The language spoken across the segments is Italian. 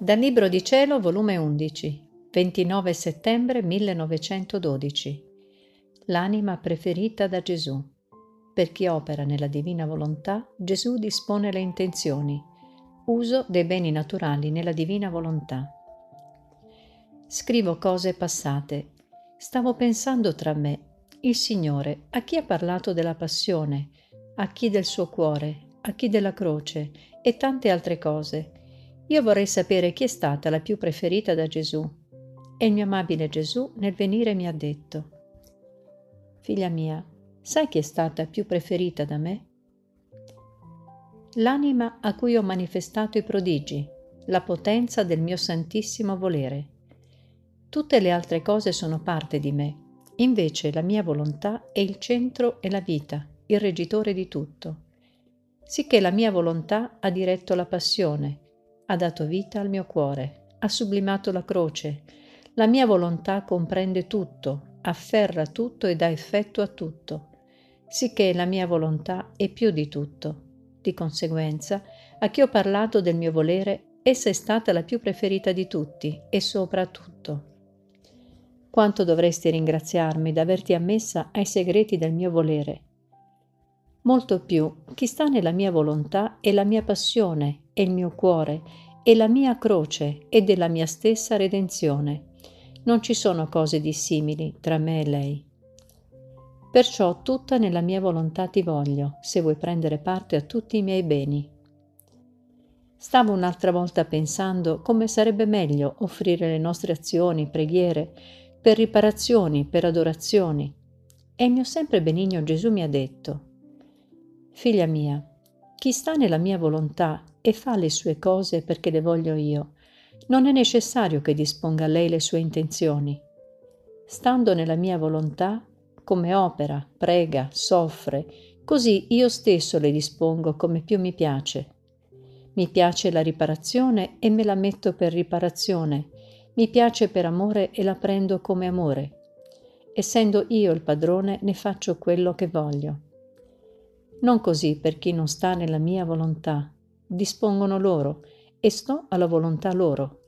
Dal Libro di Cielo, volume 11, 29 settembre 1912. L'anima preferita da Gesù. Per chi opera nella divina volontà, Gesù dispone le intenzioni. Uso dei beni naturali nella divina volontà. Scrivo cose passate. Stavo pensando tra me, il Signore a chi ha parlato della passione, a chi del suo cuore, a chi della croce e tante altre cose. Io vorrei sapere chi è stata la più preferita da Gesù. E il mio amabile Gesù nel venire mi ha detto: Figlia mia, sai chi è stata più preferita da me? L'anima a cui ho manifestato i prodigi, la potenza del mio santissimo volere. Tutte le altre cose sono parte di me, invece la mia volontà è il centro e la vita, il reggitore di tutto. Sicché la mia volontà ha diretto la passione, ha dato vita al mio cuore, ha sublimato la croce. La mia volontà comprende tutto, afferra tutto e dà effetto a tutto, sicché la mia volontà è più di tutto. Di conseguenza, a chi ho parlato del mio volere, essa è stata la più preferita di tutti e sopra tutto. Quanto dovresti ringraziarmi d'averti ammessa ai segreti del mio volere. Molto più, chi sta nella mia volontà è la mia passione, è il mio cuore, è la mia croce ed è la mia stessa redenzione. Non ci sono cose dissimili tra me e lei. Perciò tutta nella mia volontà ti voglio, se vuoi prendere parte a tutti i miei beni. Stavo un'altra volta pensando come sarebbe meglio offrire le nostre azioni, preghiere, per riparazioni, per adorazioni. E il mio sempre benigno Gesù mi ha detto: Figlia mia, chi sta nella mia volontà e fa le sue cose perché le voglio io, non è necessario che disponga a lei le sue intenzioni. Stando nella mia volontà, come opera, prega, soffre, così io stesso le dispongo come più mi piace. Mi piace la riparazione e me la metto per riparazione, mi piace per amore e la prendo come amore. Essendo io il padrone, ne faccio quello che voglio. Non così per chi non sta nella mia volontà, dispongono loro e sto alla volontà loro.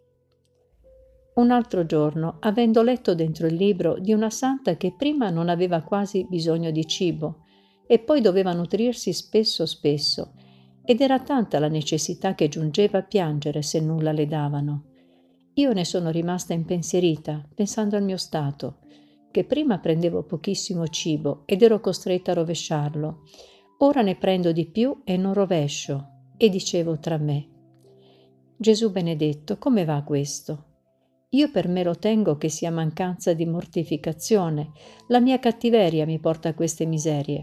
Un altro giorno, avendo letto dentro il libro di una santa che prima non aveva quasi bisogno di cibo e poi doveva nutrirsi spesso, ed era tanta la necessità che giungeva a piangere se nulla le davano, io ne sono rimasta impensierita, pensando al mio stato, che prima prendevo pochissimo cibo ed ero costretta a rovesciarlo. Ora ne prendo di più e non rovescio, e dicevo tra me: Gesù benedetto, come va questo? Io per me lo tengo che sia mancanza di mortificazione, la mia cattiveria mi porta a queste miserie.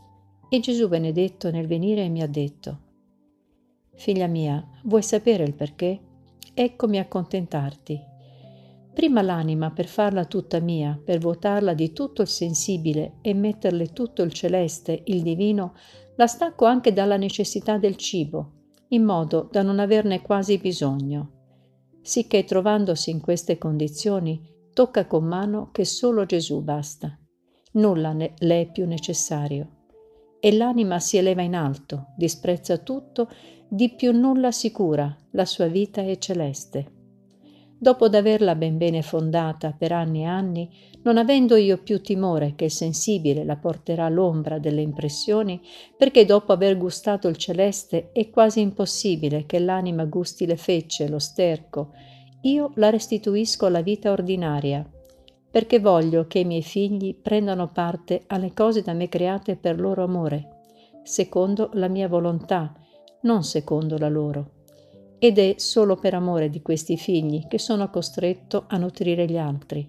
E Gesù benedetto nel venire mi ha detto: Figlia mia, vuoi sapere il perché? Eccomi a accontentarti. Prima l'anima, per farla tutta mia, per vuotarla di tutto il sensibile e metterle tutto il celeste, il divino, la stacco anche dalla necessità del cibo, in modo da non averne quasi bisogno. Sicché trovandosi in queste condizioni, tocca con mano che solo Gesù basta. Nulla le è più necessario. E l'anima si eleva in alto, disprezza tutto, di più nulla si cura, la sua vita è celeste. Dopo d'averla ben bene fondata per anni e anni, non avendo io più timore che il sensibile la porterà all'ombra delle impressioni, perché dopo aver gustato il celeste è quasi impossibile che l'anima gusti le fecce, lo sterco, io la restituisco alla vita ordinaria, perché voglio che i miei figli prendano parte alle cose da me create per loro amore, secondo la mia volontà, non secondo la loro. Ed è solo per amore di questi figli che sono costretto a nutrire gli altri.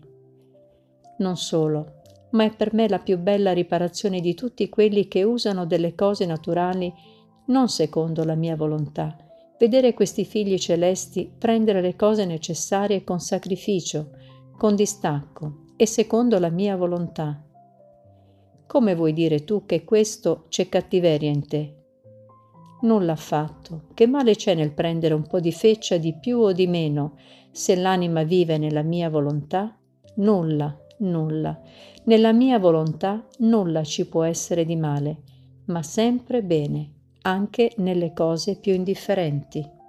Non solo, ma è per me la più bella riparazione di tutti quelli che usano delle cose naturali non secondo la mia volontà, vedere questi figli celesti prendere le cose necessarie con sacrificio, con distacco e secondo la mia volontà. Come vuoi dire tu che questo c'è cattiveria in te? Nulla affatto. Che male c'è nel prendere un po' di feccia di più o di meno, se l'anima vive nella mia volontà? Nulla. Nella mia volontà nulla ci può essere di male, ma sempre bene, anche nelle cose più indifferenti.